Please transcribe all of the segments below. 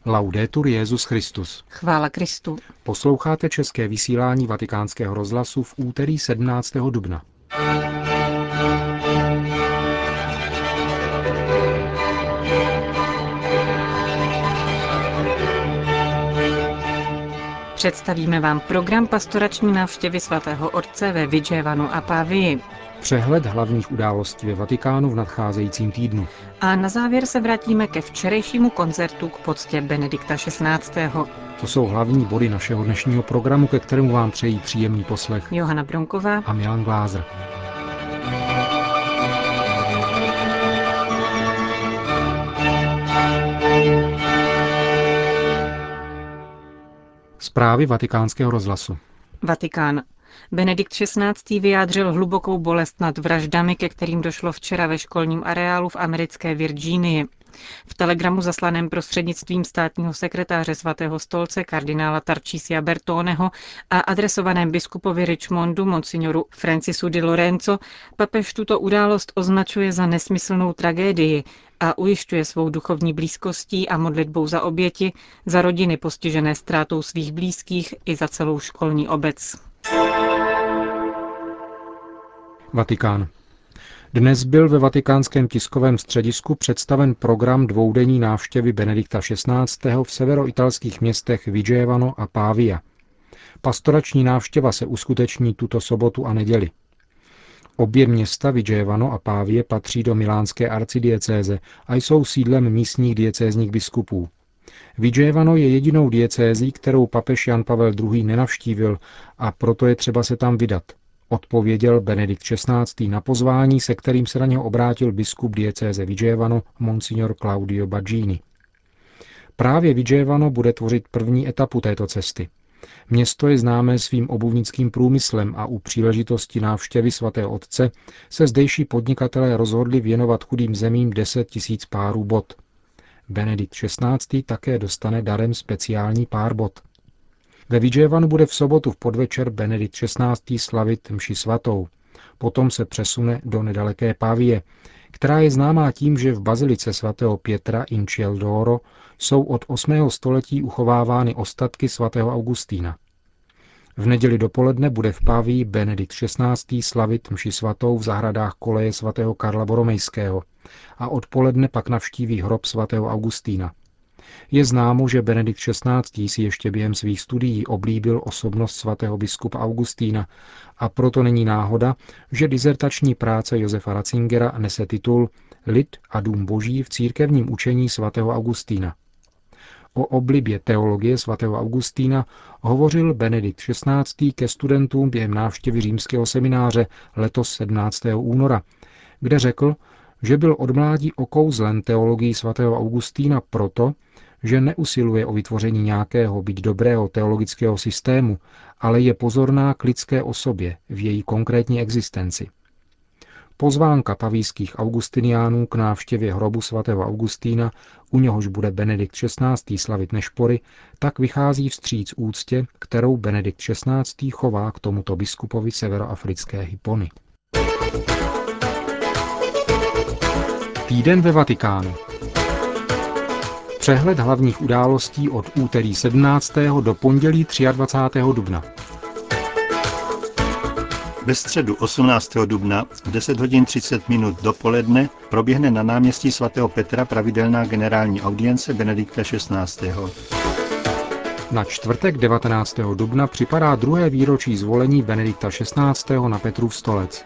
Laudetur Jesus Christus. Chvála Kristu. Posloucháte české vysílání Vatikánského rozhlasu v úterý 17. dubna. Představíme vám program pastorační návštěvy svatého otce ve Vigevanu a Pavii. Přehled hlavních událostí ve Vatikánu v nadcházejícím týdnu. A na závěr se vrátíme ke včerejšímu koncertu k poctě Benedikta XVI. To jsou hlavní body našeho dnešního programu, ke kterému vám přejí příjemný poslech Johana Bronková a Milan Glázer. Zprávy Vatikánského rozhlasu. Vatikán. Benedikt XVI. Vyjádřil hlubokou bolest nad vraždami, ke kterým došlo včera ve školním areálu v americké Virginii. V telegramu zaslaném prostřednictvím státního sekretáře svatého stolce kardinála Tarcisia Bertoneho a adresovaném biskupovi Richmondu monsignoru Francisu di Lorenzo papež tuto událost označuje za nesmyslnou tragédii a ujišťuje svou duchovní blízkostí a modlitbou za oběti, za rodiny postižené ztrátou svých blízkých i za celou školní obec. Vatikán. Dnes byl ve vatikánském tiskovém středisku představen program dvoudenní návštěvy Benedikta XVI. V severoitalských městech Vigevano a Pavia. Pastorační návštěva se uskuteční tuto sobotu a neděli. Obě města Vigevano a Pavie patří do milánské arcidiecéze a jsou sídlem místních diecézních biskupů. Vigevano je jedinou diecézí, kterou papež Jan Pavel II. Nenavštívil, a proto je třeba se tam vydat, odpověděl Benedikt XVI. Na pozvání, se kterým se na něho obrátil biskup diecéze Vigevano monsignor Claudio Baggini. Právě Vigevano bude tvořit první etapu této cesty. Město je známé svým obuvnickým průmyslem a u příležitosti návštěvy svatého otce se zdejší podnikatelé rozhodli věnovat chudým zemím 10 000 párů bot. Benedikt XVI. Také dostane darem speciální pár bot. Ve Vigevanu bude v sobotu v podvečer Benedikt XVI. Slavit mši svatou. Potom se přesune do nedaleké Pavie, která je známá tím, že v bazilice svatého Pietra in Ciel d'Oro jsou od 8. století uchovávány ostatky svatého Augustína. V neděli dopoledne bude v Pavii Benedikt XVI. Slavit mši svatou v zahradách koleje svatého Karla Boromejského a odpoledne pak navštíví hrob svatého Augustína. Je známo, že Benedikt XVI. Si ještě během svých studií oblíbil osobnost svatého biskupa Augustína a proto není náhoda, že dizertační práce Josefa Ratzingera nese titul Lid a dům boží v církevním učení svatého Augustína. O oblibě teologie svatého Augustína hovořil Benedikt XVI. Ke studentům během návštěvy římského semináře letos 17. února, kde řekl, že byl od mládí okouzlen teologií svatého Augustína proto, že neusiluje o vytvoření nějakého byť dobrého teologického systému, ale je pozorná k lidské osobě v její konkrétní existenci. Pozvánka pavijských augustiniánů k návštěvě hrobu svatého Augustína, u něhož bude Benedikt XVI. Slavit nešpory, tak vychází vstříc úctě, kterou Benedikt XVI. Chová k tomuto biskupovi severoafrické Hippony. Týden ve Vatikánu. Přehled hlavních událostí od úterý 17. do pondělí 23. dubna. Ve středu 18. dubna v 10 hodin 30 minut dopoledne proběhne na náměstí svatého Petra pravidelná generální audience Benedikta XVI. Na čtvrtek 19. dubna připadá druhé výročí zvolení Benedikta XVI. Na Petrův stolec.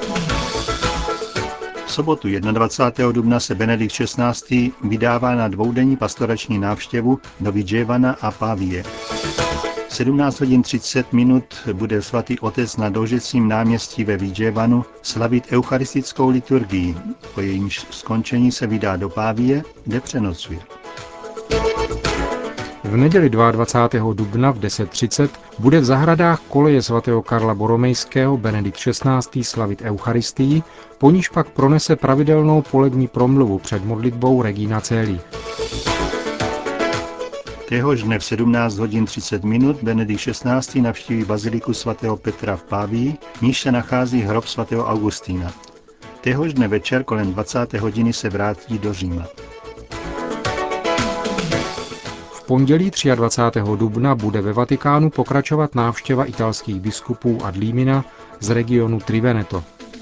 V sobotu 21. dubna se Benedikt XVI. Vydává na dvoudenní pastorační návštěvu do Vigevana a Pavie. 17 hodin 30 minut bude svatý otec na Doužecím náměstí ve Vigevanu slavit eucharistickou liturgii. Po jejímž skončení se vydá do Pavie, kde přenocuje. V neděli 22. dubna v 10:30 bude v zahradách koleje svatého Karla Boromejského Benedikt XVI. Slavit eucharistii, po níž pak pronese pravidelnou polední promluvu před modlitbou Regina Coeli. Téhož dne v 17 hodin 30 minut Benedikt XVI. Navštíví baziliku svatého Petra v Pavii, níž se nachází hrob svatého Augustína. Téhož dne večer kolem 20. hodiny se vrátí do Říma. V pondělí 23. dubna bude ve Vatikánu pokračovat návštěva italských biskupů ad limina z regionu Triveneto.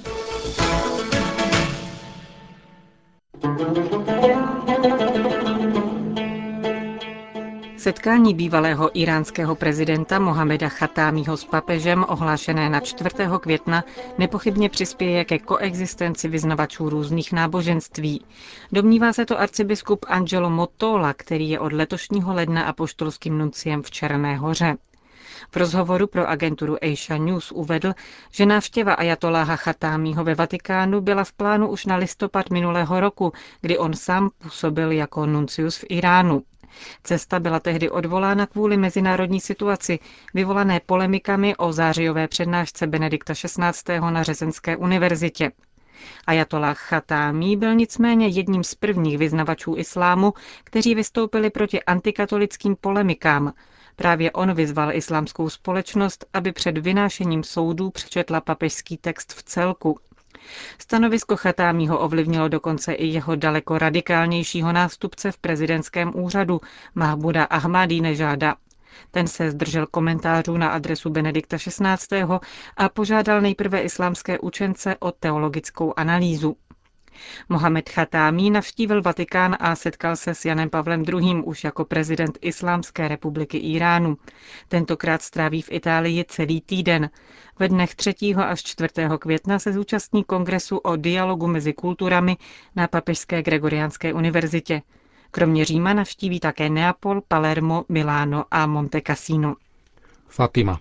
Setkání bývalého iránského prezidenta Mohameda Chatámího s papežem, ohlášené na 4. května, nepochybně přispěje ke koexistenci vyznavačů různých náboženství. Domnívá se to arcibiskup Angelo Mottola, který je od letošního ledna apoštolským nunciem v Černé Hoře. V rozhovoru pro agenturu Asia News uvedl, že návštěva ajatoláha Chatámího ve Vatikánu byla v plánu už na listopad minulého roku, kdy on sám působil jako nuncius v Iránu. Cesta byla tehdy odvolána kvůli mezinárodní situaci, vyvolané polemikami o zářijové přednášce Benedikta XVI. Na Řezenské univerzitě. Ajatolláh Chatámí byl nicméně jedním z prvních vyznavačů islámu, kteří vystoupili proti antikatolickým polemikám. Právě on vyzval islámskou společnost, aby před vynášením soudů přečetla papežský text v celku. Stanovisko Chatámího ovlivnilo dokonce i jeho daleko radikálnějšího nástupce v prezidentském úřadu, Mahmuda Ahmadínežáda. Ten se zdržel komentářů na adresu Benedikta XVI. A požádal nejprve islámské učence o teologickou analýzu. Mohamed Chatámí navštívil Vatikán a setkal se s Janem Pavlem II. Už jako prezident Islámské republiky Iránu. Tentokrát stráví v Itálii celý týden. Ve dnech 3. až 4. května se zúčastní kongresu o dialogu mezi kulturami na Papežské Gregoriánské univerzitě. Kromě Říma navštíví také Neapol, Palermo, Miláno a Monte Cassino. Fatima.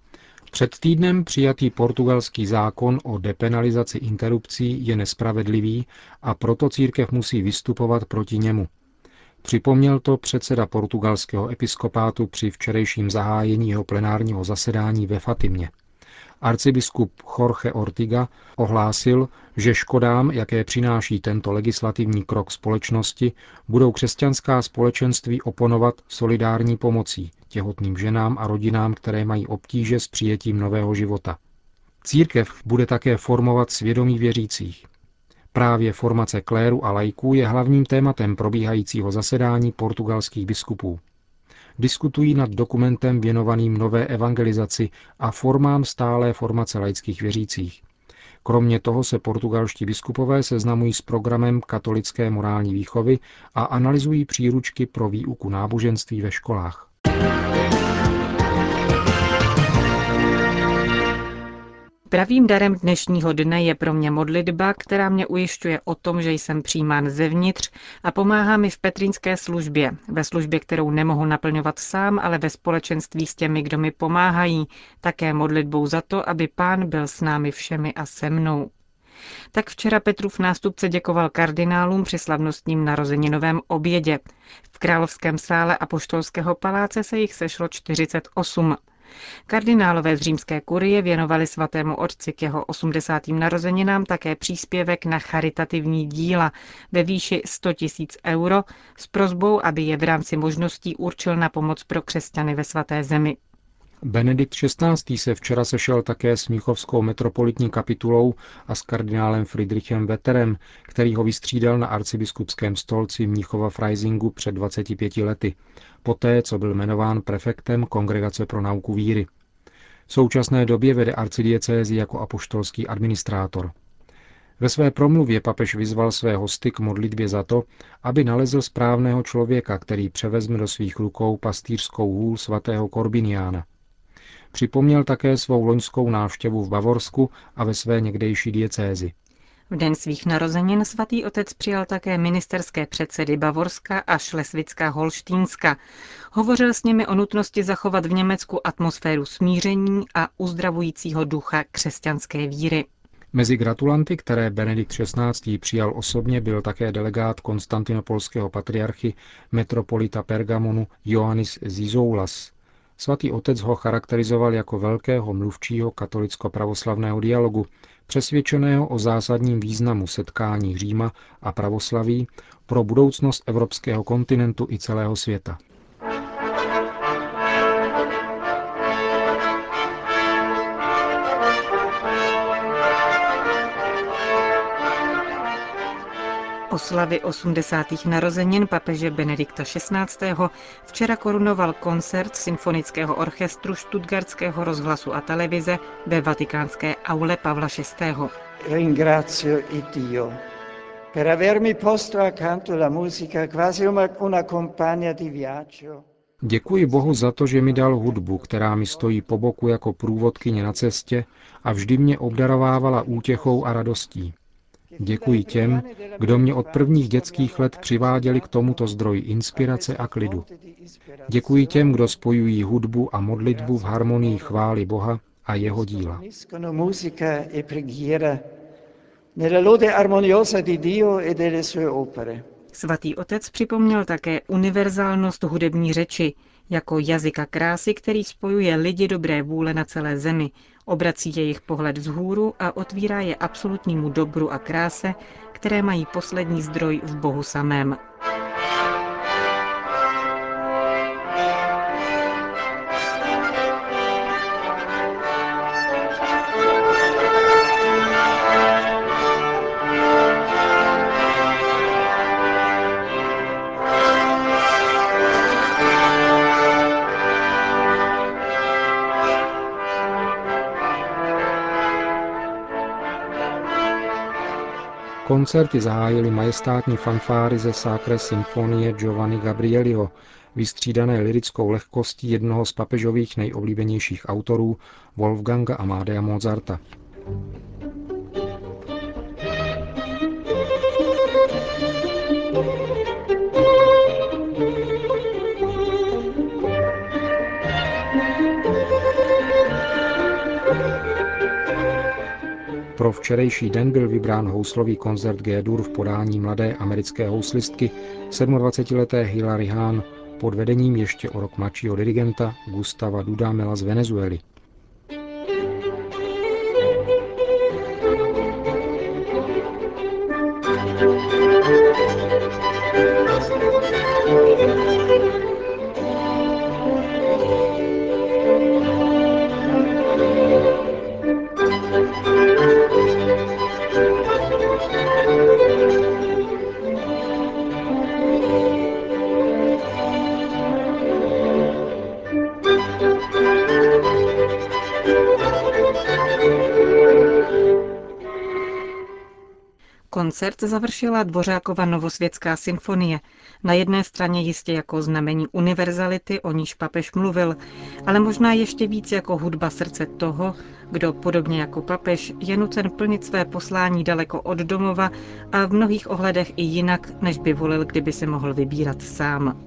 Před týdnem přijatý portugalský zákon o depenalizaci interrupcí je nespravedlivý a proto církev musí vystupovat proti němu. Připomněl to předseda portugalského episkopátu při včerejším zahájení jeho plenárního zasedání ve Fatimě. Arcibiskup Jorge Ortiga ohlásil, že škodám, jaké přináší tento legislativní krok společnosti, budou křesťanská společenství oponovat solidární pomocí těhotným ženám a rodinám, které mají obtíže s přijetím nového života. Církev bude také formovat svědomí věřících. Právě formace kléru a laiků je hlavním tématem probíhajícího zasedání portugalských biskupů. Diskutují nad dokumentem věnovaným nové evangelizaci a formám stálé formace laických věřících. Kromě toho se portugalští biskupové seznamují s programem katolické morální výchovy a analyzují příručky pro výuku náboženství ve školách. Pravým darem dnešního dne je pro mě modlitba, která mě ujišťuje o tom, že jsem přijímán zevnitř a pomáhá mi v petrínské službě, ve službě, kterou nemohu naplňovat sám, ale ve společenství s těmi, kdo mi pomáhají, také modlitbou za to, aby Pán byl s námi všemi a se mnou. Tak včera Petrův nástupce děkoval kardinálům při slavnostním narozeninovém obědě. V královském sále Apoštolského paláce se jich sešlo 48. Kardinálové z římské kurie věnovali svatému otci k jeho 80. narozeninám také příspěvek na charitativní díla ve výši 100 000 euro s prosbou, aby je v rámci možností určil na pomoc pro křesťany ve svaté zemi. Benedikt XVI. Se včera sešel také s mnichovskou metropolitní kapitulou a s kardinálem Friedrichem Vetterem, který ho vystřídal na arcibiskupském stolci Mnichova Freisingu před 25 lety, poté, co byl jmenován prefektem Kongregace pro nauku víry. V současné době vede arcidiecézi jako apoštolský administrátor. Ve své promluvě papež vyzval své hosty k modlitbě za to, aby nalezl správného člověka, který převezme do svých rukou pastýřskou hůl svatého Korbiniána. Připomněl také svou loňskou návštěvu v Bavorsku a ve své někdejší diecézi. V den svých narozenin svatý otec přijal také ministerské předsedy Bavorska a Šlesvicka Holštínska. Hovořil s nimi o nutnosti zachovat v Německu atmosféru smíření a uzdravujícího ducha křesťanské víry. Mezi gratulanty, které Benedikt XVI. Přijal osobně, byl také delegát konstantinopolského patriarchy metropolita Pergamonu Ioannis Zizoulas. Svatý otec ho charakterizoval jako velkého mluvčího katolicko-pravoslavného dialogu, přesvědčeného o zásadním významu setkání Říma a pravoslaví pro budoucnost evropského kontinentu i celého světa. Oslavy 80. narozenin papeže Benedikta XVI. Včera korunoval koncert symfonického orchestru Stuttgartského rozhlasu a televize ve vatikánské aule Pavla VI. Ringrazio Dio per avermi posto accanto la musica quasi una compagna di viaggio. Děkuji Bohu za to, že mi dal hudbu, která mi stojí po boku jako průvodkyně na cestě a vždy mě obdarovávala útěchou a radostí. Děkuji těm, kdo mě od prvních dětských let přiváděli k tomuto zdroji inspirace a klidu. Děkuji těm, kdo spojují hudbu a modlitbu v harmonii chvály Boha a jeho díla. Svatý otec připomněl také univerzálnost hudební řeči, jako jazyka krásy, který spojuje lidi dobré vůle na celé zemi, obrací jejich pohled vzhůru a otvírá je absolutnímu dobru a kráse, které mají poslední zdroj v Bohu samém. Koncerty zahájily majestátní fanfáry ze Sacré symfonie Giovanni Gabrieliho, vystřídané lyrickou lehkostí jednoho z papežových nejoblíbenějších autorů, Wolfganga Amadea Mozarta. Pro včerejší den byl vybrán houslový koncert G-dur v podání mladé americké houslistky 27leté Hilary Hahn pod vedením ještě o rok mladšího dirigenta Gustava Dudamela z Venezuely. Koncert završila Dvořákova Novosvětská symfonie, na jedné straně jistě jako znamení univerzality, o níž papež mluvil, ale možná ještě víc jako hudba srdce toho, kdo podobně jako papež je nucen plnit své poslání daleko od domova a v mnohých ohledech i jinak, než by volil, kdyby se mohl vybírat sám.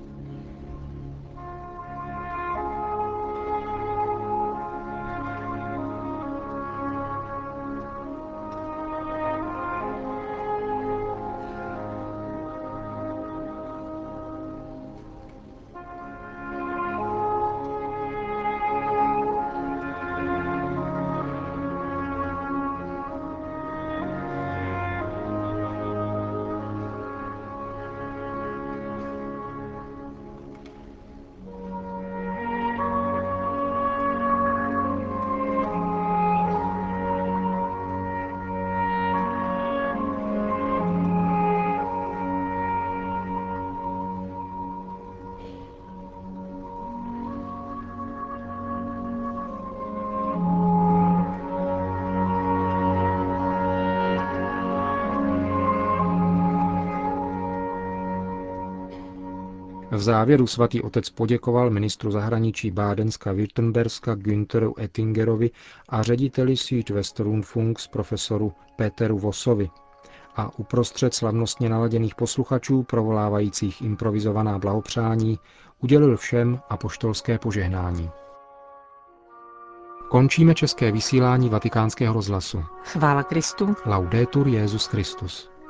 V závěru svatý otec poděkoval ministru zahraničí Bádenska-Württemberska Günteru Oettingerovi a řediteli Südwestrundfunks profesoru Peteru Vossovi a uprostřed slavnostně naladěných posluchačů provolávajících improvizovaná blahopřání udělil všem apoštolské požehnání. Končíme české vysílání Vatikánského rozhlasu. Chvála Kristu. Laudetur Jesus Christus.